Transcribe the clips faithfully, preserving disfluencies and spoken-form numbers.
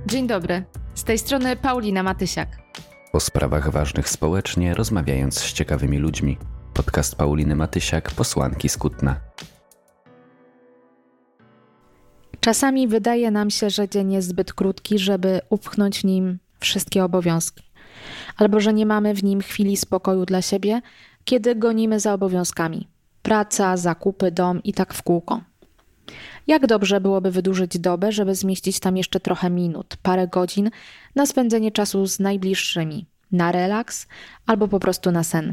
Dzień dobry, z tej strony Paulina Matysiak. O sprawach ważnych społecznie, rozmawiając z ciekawymi ludźmi. Podcast Pauliny Matysiak, posłanki z Kutna. Czasami wydaje nam się, że dzień jest zbyt krótki, żeby upchnąć w nim wszystkie obowiązki. Albo że nie mamy w nim chwili spokoju dla siebie, kiedy gonimy za obowiązkami. Praca, zakupy, dom i tak w kółko. Jak dobrze byłoby wydłużyć dobę, żeby zmieścić tam jeszcze trochę minut, parę godzin na spędzenie czasu z najbliższymi, na relaks albo po prostu na sen.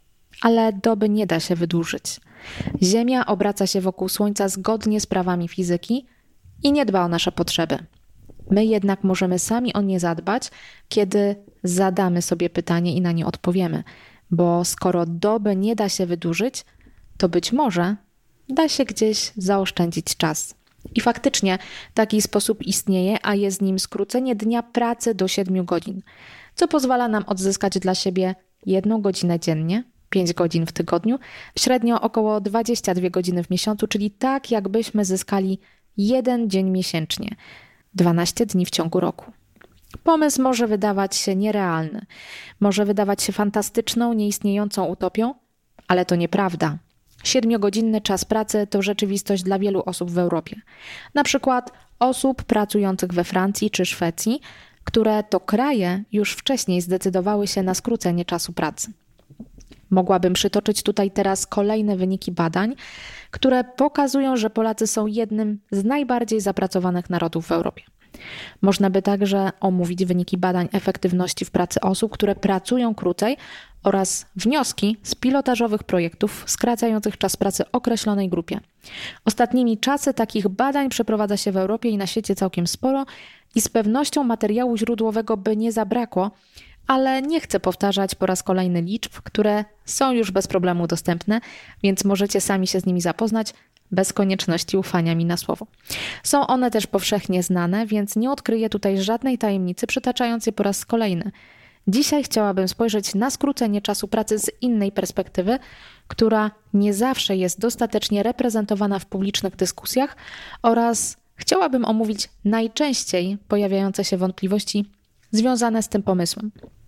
Ale doby nie da się wydłużyć. Ziemia obraca się wokół Słońca zgodnie z prawami fizyki i nie dba o nasze potrzeby. My jednak możemy sami o nie zadbać, kiedy zadamy sobie pytanie i na nie odpowiemy. Bo skoro doby nie da się wydłużyć, to być może da się gdzieś zaoszczędzić czas. I faktycznie taki sposób istnieje, a jest nim skrócenie dnia pracy do siedmiu godzin, co pozwala nam odzyskać dla siebie jedną godzinę dziennie, pięć godzin w tygodniu, średnio około dwadzieścia dwie godziny w miesiącu, czyli tak jakbyśmy zyskali jeden dzień miesięcznie, dwanaście dni w ciągu roku. Pomysł może wydawać się nierealny, może wydawać się fantastyczną, nieistniejącą utopią, ale to nieprawda. Siedmiogodzinny czas pracy to rzeczywistość dla wielu osób w Europie. Na przykład osób pracujących we Francji czy Szwecji, które to kraje już wcześniej zdecydowały się na skrócenie czasu pracy. Mogłabym przytoczyć tutaj teraz kolejne wyniki badań, które pokazują, że Polacy są jednym z najbardziej zapracowanych narodów w Europie. Można by także omówić wyniki badań efektywności w pracy osób, które pracują krócej oraz wnioski z pilotażowych projektów skracających czas pracy określonej grupie. Ostatnimi czasy takich badań przeprowadza się w Europie i na świecie całkiem sporo i z pewnością materiału źródłowego by nie zabrakło, ale nie chcę powtarzać po raz kolejny liczb, które są już bez problemu dostępne, więc możecie sami się z nimi zapoznać bez konieczności ufania mi na słowo. Są one też powszechnie znane, więc nie odkryję tutaj żadnej tajemnicy, przytaczając je po raz kolejny. Dzisiaj chciałabym spojrzeć na skrócenie czasu pracy z innej perspektywy, która nie zawsze jest dostatecznie reprezentowana w publicznych dyskusjach oraz chciałabym omówić najczęściej pojawiające się wątpliwości związane z tym pomysłem.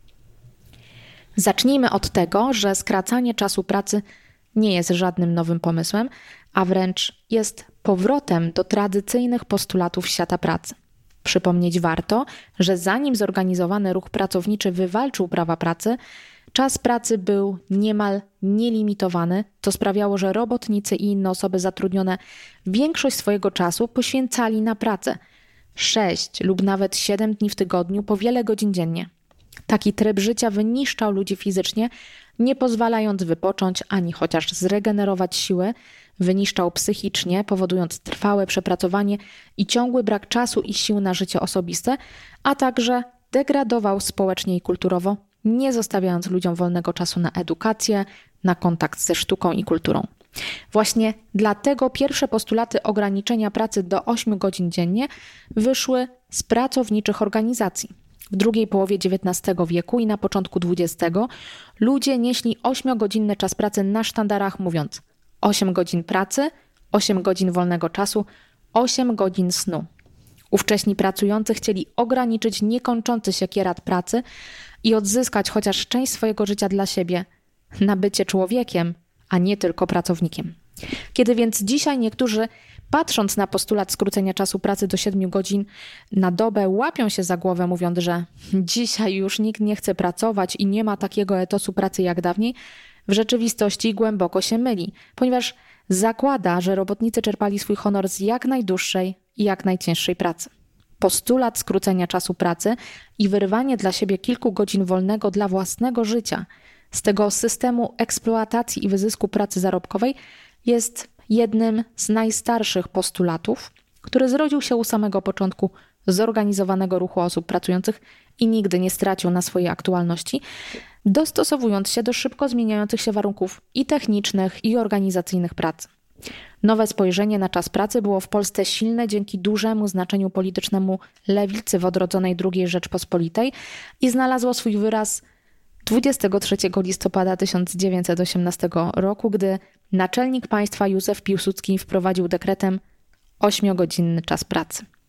Zacznijmy od tego, że skracanie czasu pracy nie jest żadnym nowym pomysłem, a wręcz jest powrotem do tradycyjnych postulatów świata pracy. Przypomnieć warto, że zanim zorganizowany ruch pracowniczy wywalczył prawa pracy, czas pracy był niemal nielimitowany, co sprawiało, że robotnicy i inne osoby zatrudnione większość swojego czasu poświęcali na pracę. Sześć lub nawet siedem dni w tygodniu po wiele godzin dziennie. Taki tryb życia wyniszczał ludzi fizycznie, nie pozwalając wypocząć ani chociaż zregenerować siły, wyniszczał psychicznie, powodując trwałe przepracowanie i ciągły brak czasu i sił na życie osobiste, a także degradował społecznie i kulturowo, nie zostawiając ludziom wolnego czasu na edukację, na kontakt ze sztuką i kulturą. Właśnie dlatego pierwsze postulaty ograniczenia pracy do ośmiu godzin dziennie wyszły z pracowniczych organizacji. W drugiej połowie dziewiętnastego wieku i na początku dwudziestego ludzie nieśli ośmiogodzinny czas pracy na sztandarach, mówiąc osiem godzin pracy, osiem godzin wolnego czasu, osiem godzin snu. Ówcześni pracujący chcieli ograniczyć niekończący się kierat pracy i odzyskać chociaż część swojego życia dla siebie, na bycie człowiekiem, a nie tylko pracownikiem. Kiedy więc dzisiaj niektórzy, patrząc na postulat skrócenia czasu pracy do siedmiu godzin na dobę, łapią się za głowę, mówiąc, że dzisiaj już nikt nie chce pracować i nie ma takiego etosu pracy jak dawniej, w rzeczywistości głęboko się myli, ponieważ zakłada, że robotnicy czerpali swój honor z jak najdłuższej i jak najcięższej pracy. Postulat skrócenia czasu pracy i wyrwanie dla siebie kilku godzin wolnego dla własnego życia z tego systemu eksploatacji i wyzysku pracy zarobkowej jest jednym z najstarszych postulatów, który zrodził się u samego początku zorganizowanego ruchu osób pracujących i nigdy nie stracił na swojej aktualności, dostosowując się do szybko zmieniających się warunków i technicznych, i organizacyjnych pracy. Nowe spojrzenie na czas pracy było w Polsce silne dzięki dużemu znaczeniu politycznemu lewicy w odrodzonej drugiej Rzeczpospolitej i znalazło swój wyraz dwudziestego trzeciego listopada tysiąc dziewięćset osiemnastego roku, gdy naczelnik państwa Józef Piłsudski wprowadził dekretem ośmiogodzinny czas pracy.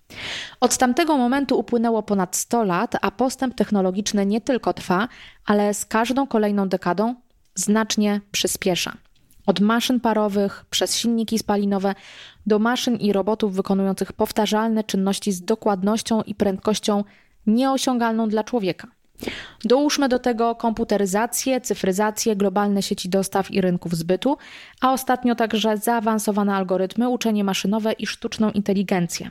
Od tamtego momentu upłynęło ponad sto lat, a postęp technologiczny nie tylko trwa, ale z każdą kolejną dekadą znacznie przyspiesza. Od maszyn parowych przez silniki spalinowe do maszyn i robotów wykonujących powtarzalne czynności z dokładnością i prędkością nieosiągalną dla człowieka. Dołóżmy do tego komputeryzację, cyfryzację, globalne sieci dostaw i rynków zbytu, a ostatnio także zaawansowane algorytmy, uczenie maszynowe i sztuczną inteligencję.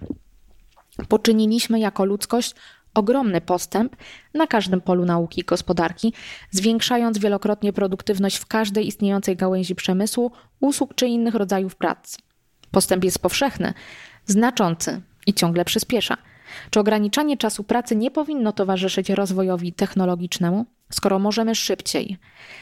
Poczyniliśmy jako ludzkość ogromny postęp na każdym polu nauki i gospodarki, zwiększając wielokrotnie produktywność w każdej istniejącej gałęzi przemysłu, usług czy innych rodzajów pracy. Postęp jest powszechny, znaczący i ciągle przyspiesza. Czy ograniczanie czasu pracy nie powinno towarzyszyć rozwojowi technologicznemu? Skoro możemy szybciej,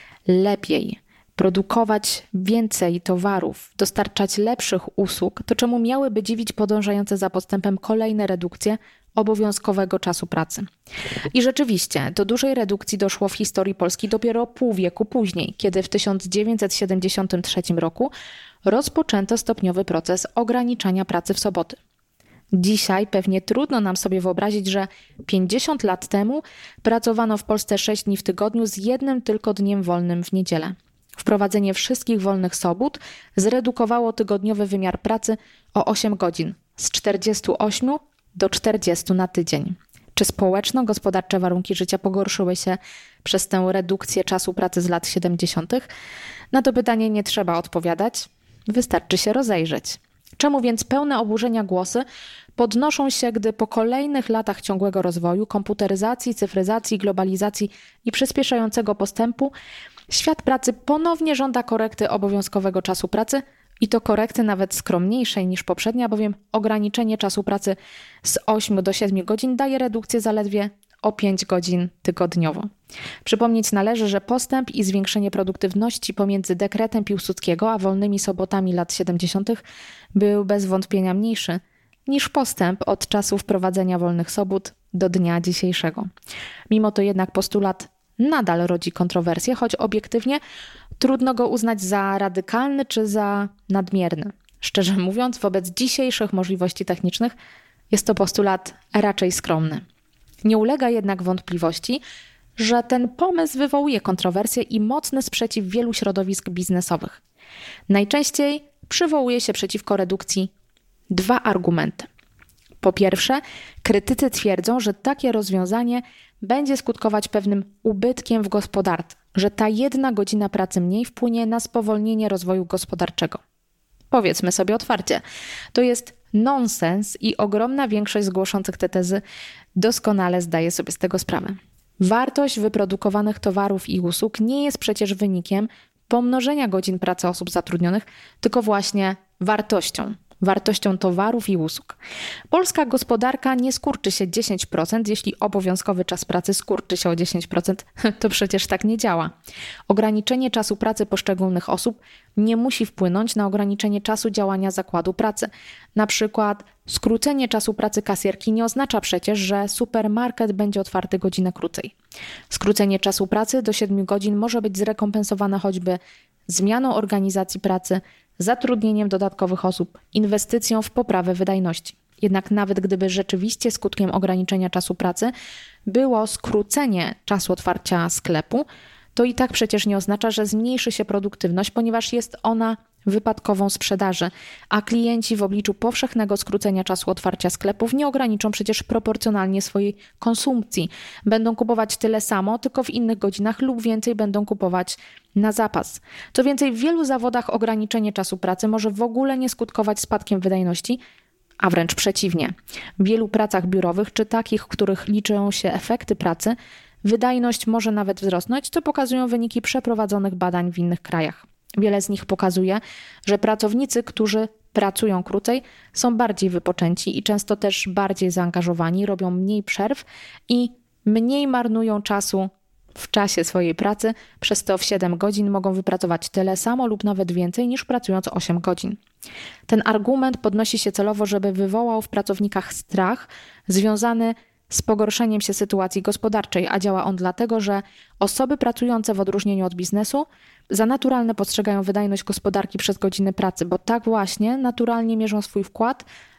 lepiej produkować więcej towarów, dostarczać lepszych usług, to czemu miałyby dziwić podążające za postępem kolejne redukcje obowiązkowego czasu pracy? I rzeczywiście do dużej redukcji doszło w historii Polski dopiero pół wieku później, kiedy w tysiąc dziewięćset siedemdziesiątym trzecim roku rozpoczęto stopniowy proces ograniczania pracy w soboty. Dzisiaj pewnie trudno nam sobie wyobrazić, że pięćdziesiąt lat temu pracowano w Polsce sześć dni w tygodniu z jednym tylko dniem wolnym w niedzielę. Wprowadzenie wszystkich wolnych sobót zredukowało tygodniowy wymiar pracy o osiem godzin, z czterdziestu ośmiu do czterdziestu na tydzień. Czy społeczno-gospodarcze warunki życia pogorszyły się przez tę redukcję czasu pracy z lat siedemdziesiątych? Na to pytanie nie trzeba odpowiadać, wystarczy się rozejrzeć. Czemu więc pełne oburzenia głosy podnoszą się, gdy po kolejnych latach ciągłego rozwoju, komputeryzacji, cyfryzacji, globalizacji i przyspieszającego postępu świat pracy ponownie żąda korekty obowiązkowego czasu pracy i to korekty nawet skromniejszej niż poprzednia, bowiem ograniczenie czasu pracy z ośmiu do siedmiu godzin daje redukcję zaledwie o pięć godzin tygodniowo. Przypomnieć należy, że postęp i zwiększenie produktywności pomiędzy dekretem Piłsudskiego a wolnymi sobotami lat siedemdziesiątych był bez wątpienia mniejszy niż postęp od czasu wprowadzenia wolnych sobót do dnia dzisiejszego. Mimo to jednak postulat nadal rodzi kontrowersje, choć obiektywnie trudno go uznać za radykalny czy za nadmierny. Szczerze mówiąc, wobec dzisiejszych możliwości technicznych jest to postulat raczej skromny. Nie ulega jednak wątpliwości, że ten pomysł wywołuje kontrowersje i mocny sprzeciw wielu środowisk biznesowych. Najczęściej przywołuje się przeciwko redukcji dwa argumenty. Po pierwsze, krytycy twierdzą, że takie rozwiązanie będzie skutkować pewnym ubytkiem w gospodarce, że ta jedna godzina pracy mniej wpłynie na spowolnienie rozwoju gospodarczego. Powiedzmy sobie otwarcie, to jest nonsens i ogromna większość zgłoszących te tezy doskonale zdaje sobie z tego sprawę. Wartość wyprodukowanych towarów i usług nie jest przecież wynikiem pomnożenia godzin pracy osób zatrudnionych, tylko właśnie wartością. wartością towarów i usług. Polska gospodarka nie skurczy się dziesięć procent, jeśli obowiązkowy czas pracy skurczy się o dziesięć procent. To przecież tak nie działa. Ograniczenie czasu pracy poszczególnych osób nie musi wpłynąć na ograniczenie czasu działania zakładu pracy. Na przykład skrócenie czasu pracy kasjerki nie oznacza przecież, że supermarket będzie otwarty godzinę krócej. Skrócenie czasu pracy do siedmiu godzin może być zrekompensowane choćby zmianą organizacji pracy, zatrudnieniem dodatkowych osób, inwestycją w poprawę wydajności. Jednak nawet gdyby rzeczywiście skutkiem ograniczenia czasu pracy było skrócenie czasu otwarcia sklepu, to i tak przecież nie oznacza, że zmniejszy się produktywność, ponieważ jest ona wypadkową sprzedaży, a klienci w obliczu powszechnego skrócenia czasu otwarcia sklepów nie ograniczą przecież proporcjonalnie swojej konsumpcji. Będą kupować tyle samo, tylko w innych godzinach lub więcej będą kupować na zapas. Co więcej, w wielu zawodach ograniczenie czasu pracy może w ogóle nie skutkować spadkiem wydajności, a wręcz przeciwnie. W wielu pracach biurowych czy takich, w których liczą się efekty pracy, wydajność może nawet wzrosnąć, co pokazują wyniki przeprowadzonych badań w innych krajach. Wiele z nich pokazuje, że pracownicy, którzy pracują krócej, są bardziej wypoczęci i często też bardziej zaangażowani, robią mniej przerw i mniej marnują czasu w czasie swojej pracy, przez to w siedem godzin mogą wypracować tyle samo lub nawet więcej niż pracując osiem godzin. Ten argument podnosi się celowo, żeby wywołał w pracownikach strach związany z pogorszeniem się sytuacji gospodarczej, a działa on dlatego, że osoby pracujące w odróżnieniu od biznesu za naturalne postrzegają wydajność gospodarki przez godziny pracy, bo tak właśnie naturalnie mierzą swój wkład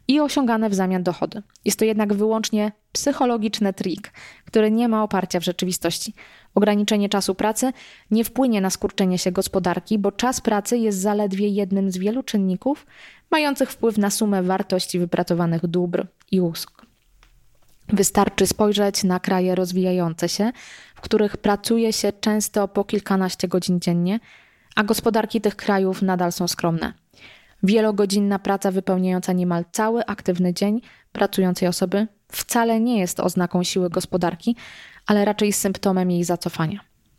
i osiągane w zamian dochody. Jest to jednak wyłącznie psychologiczny trik, który nie ma oparcia w rzeczywistości. Ograniczenie czasu pracy nie wpłynie na skurczenie się gospodarki, bo czas pracy jest zaledwie jednym z wielu czynników mających wpływ na sumę wartości wypracowanych dóbr i usług. Wystarczy spojrzeć na kraje rozwijające się, w których pracuje się często po kilkanaście godzin dziennie, a gospodarki tych krajów nadal są skromne. Wielogodzinna praca wypełniająca niemal cały aktywny dzień pracującej osoby wcale nie jest oznaką siły gospodarki, ale raczej symptomem jej zacofania.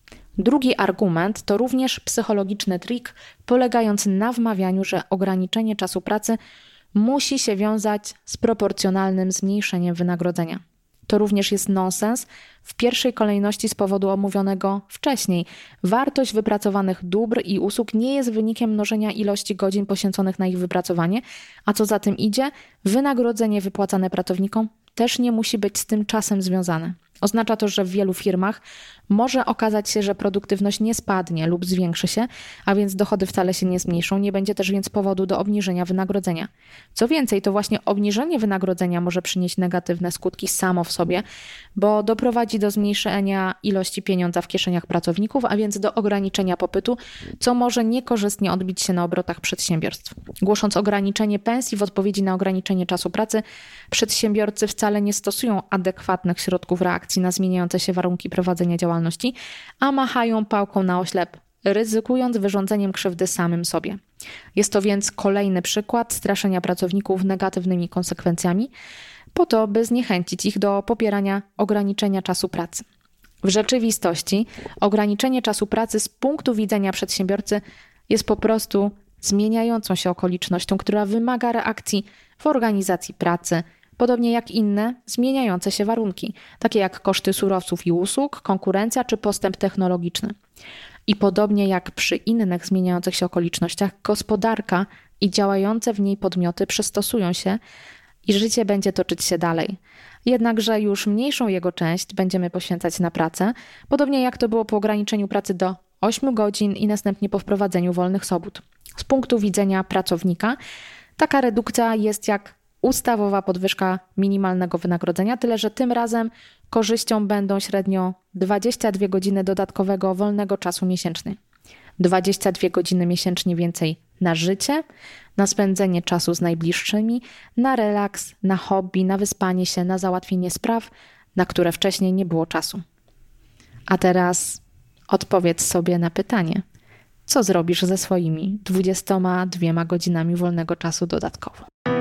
Drugi argument to również psychologiczny trik polegający na wmawianiu, że ograniczenie czasu pracy musi się wiązać z proporcjonalnym zmniejszeniem wynagrodzenia. To również jest nonsens w pierwszej kolejności z powodu omówionego wcześniej. Wartość wypracowanych dóbr i usług nie jest wynikiem mnożenia ilości godzin poświęconych na ich wypracowanie, a co za tym idzie, wynagrodzenie wypłacane pracownikom też nie musi być z tym czasem związane. Oznacza to, że w wielu firmach może okazać się, że produktywność nie spadnie lub zwiększy się, a więc dochody wcale się nie zmniejszą, nie będzie też więc powodu do obniżenia wynagrodzenia. Co więcej, to właśnie obniżenie wynagrodzenia może przynieść negatywne skutki samo w sobie, bo doprowadzi do zmniejszenia ilości pieniądza w kieszeniach pracowników, a więc do ograniczenia popytu, co może niekorzystnie odbić się na obrotach przedsiębiorstw. Głosząc ograniczenie pensji w odpowiedzi na ograniczenie czasu pracy, przedsiębiorcy wcale nie stosują adekwatnych środków reakcji na zmieniające się warunki prowadzenia działalności, a machają pałką na oślep, ryzykując wyrządzeniem krzywdy samym sobie. Jest to więc kolejny przykład straszenia pracowników negatywnymi konsekwencjami, po to, by zniechęcić ich do popierania ograniczenia czasu pracy. W rzeczywistości ograniczenie czasu pracy z punktu widzenia przedsiębiorcy jest po prostu zmieniającą się okolicznością, która wymaga reakcji w organizacji pracy, podobnie jak inne zmieniające się warunki, takie jak koszty surowców i usług, konkurencja czy postęp technologiczny. I podobnie jak przy innych zmieniających się okolicznościach, gospodarka i działające w niej podmioty przystosują się i życie będzie toczyć się dalej. Jednakże już mniejszą jego część będziemy poświęcać na pracę, podobnie jak to było po ograniczeniu pracy do ośmiu godzin i następnie po wprowadzeniu wolnych sobót. Z punktu widzenia pracownika taka redukcja jest jak ustawowa podwyżka minimalnego wynagrodzenia, tyle że tym razem korzyścią będą średnio dwadzieścia dwie godziny dodatkowego wolnego czasu miesięcznie. dwadzieścia dwie godziny miesięcznie więcej na życie, na spędzenie czasu z najbliższymi, na relaks, na hobby, na wyspanie się, na załatwienie spraw, na które wcześniej nie było czasu. A teraz odpowiedz sobie na pytanie, co zrobisz ze swoimi dwudziestoma dwiema godzinami wolnego czasu dodatkowo?